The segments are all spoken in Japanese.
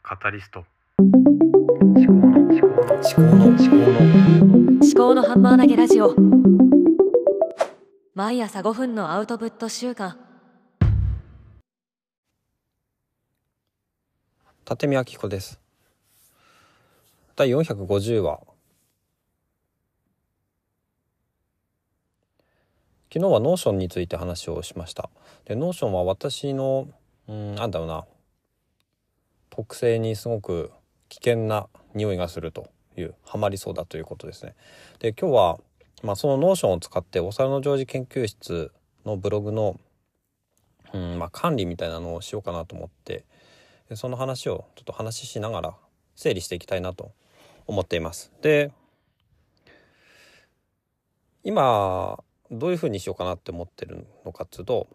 カタリスト思考のハンマー投げラジオ。毎朝5分のアウトプット習慣。 立見明彦です。第450話。昨日はノーションについて話をしました。で、ノーションは私の特性にすごく危険な匂いがするというハマりそうだということですね。で、今日はそのノーションを使ってお猿のジョージ研究室のブログの管理みたいなのをしようかなと思って、その話をちょっと話しながら整理していきたいなと思っています。で、今どういうふうにしようかなって思ってるのかっていうと、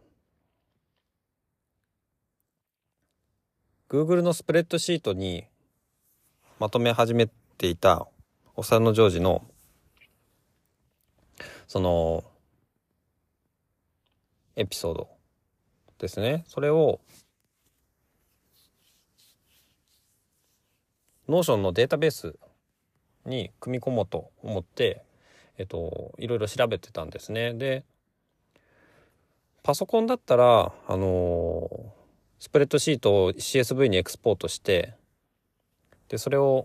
Google のスプレッドシートにまとめ始めていたお猿のジョージのそのエピソードですね。それをノーションのデータベースに組み込もうと思っていろいろ調べてたんですね。で、パソコンだったらスプレッドシートを CSV にエクスポートして、でそれを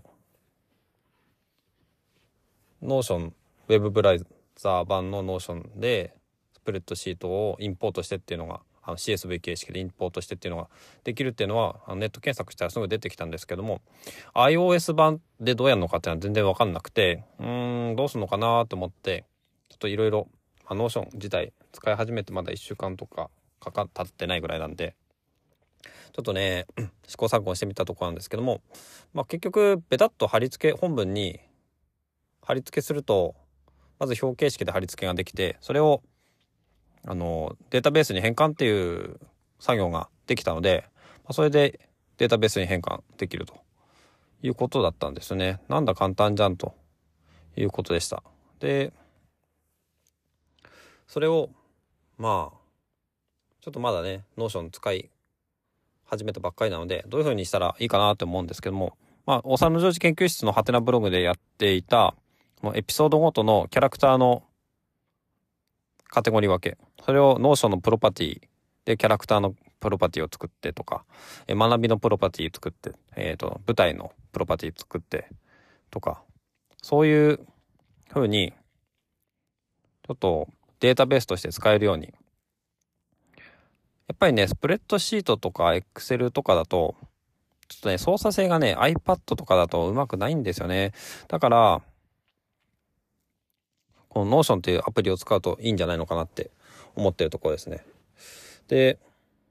ノーションウェブブラウザー版のノーションでスプレッドシートをインポートしてっていうのがCSV 形式でインポートしてっていうのができるっていうのはネット検索したらすぐ出てきたんですけども、 iOS 版でどうやるのかっていうのは全然分かんなくて、どうするのかなと思ってちょっといろいろノーション自体使い始めてまだ1週間とか経ってないぐらいなんで、ちょっとね試行錯誤してみたところなんですけども、結局ベタッと貼り付け、本文に貼り付けするとまず表形式で貼り付けができて、それをデータベースに変換っていう作業ができたので、それでデータベースに変換できるということだったんですね。なんだ簡単じゃんということでした。で、それをちょっとまだねノーション使い始めたばっかりなので、どういう風にしたらいいかなと思うんですけども、お猿のジョージ研究室のハテナブログでやっていたエピソードごとのキャラクターのカテゴリー分け、それをノーションのプロパティでキャラクターのプロパティを作ってとか、学びのプロパティ作って、舞台のプロパティ作ってとか、そういう風にちょっとデータベースとして使えるように、やっぱりねスプレッドシートとか Excel とかだとちょっとね操作性がね iPad とかだとうまくないんですよね。だからこの Notion っていうアプリを使うといいんじゃないのかなって思ってるところですね。で、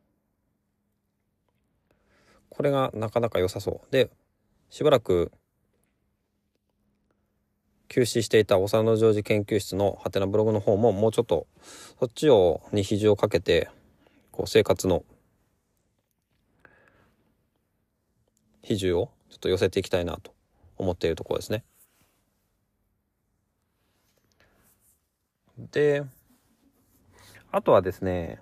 これがなかなか良さそうで、しばらく休止していたお猿のジョージ研究室のハテナブログの方ももうちょっとそっちに比重をかけて生活の比重をちょっと寄せていきたいなと思っているところですね。で、あとはですね、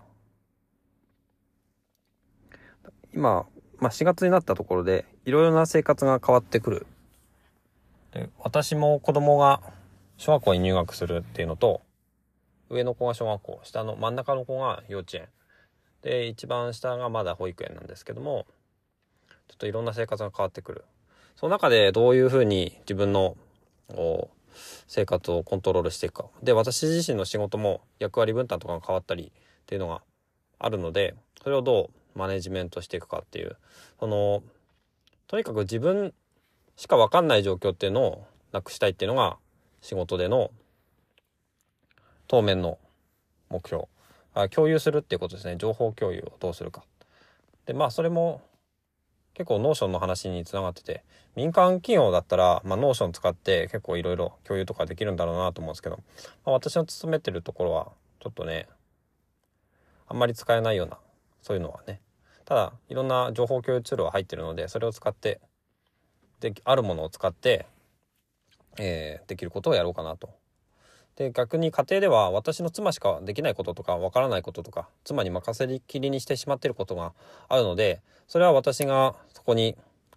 今、4月になったところでいろいろな生活が変わってくる。で、私も子供が小学校に入学するっていうのと、上の子が小学校、下の真ん中の子が幼稚園で、一番下がまだ保育園なんですけども、ちょっといろんな生活が変わってくる。その中でどういうふうに自分の生活をコントロールしていくか。で、私自身の仕事も役割分担とかが変わったりっていうのがあるので、それをどうマネジメントしていくかっていう、とにかく自分しか分かんない状況っていうのをなくしたいっていうのが仕事での当面の目標。共有するっていうことですね。情報共有をどうするか。で、それも結構ノーションの話につながってて、民間企業だったら、ノーション使って結構いろいろ共有とかできるんだろうなと思うんですけど、私の勤めてるところはちょっとねあんまり使えないような、そういうのはね、ただいろんな情報共有ツールは入ってるので、それを使ってあるものを使って、できることをやろうかなと。で、逆に家庭では私の妻しかできないこととかわからないこととか、妻に任せきりにしてしまっていることがあるので、それは私がそこに、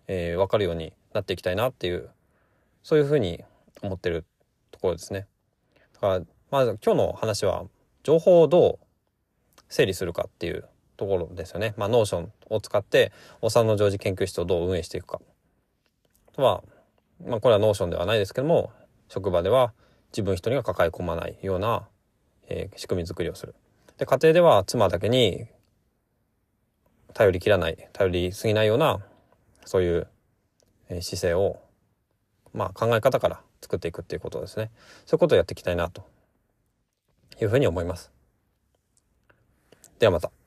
分かるようになっていきたいなっていう、そういうふうに思ってるところですね。だからまず今日の話は情報をどう整理するかっていうところですよね。ノーションを使ってお産の常時研究室をどう運営していくか。あとは、これはノーションではないですけども、職場では自分一人が抱え込まないような、仕組み作りをする。で、家庭では妻だけに頼りすぎないような、そういう姿勢を、考え方から作っていくっていうことですね。そういうことをやっていきたいなというふうに思います。ではまた。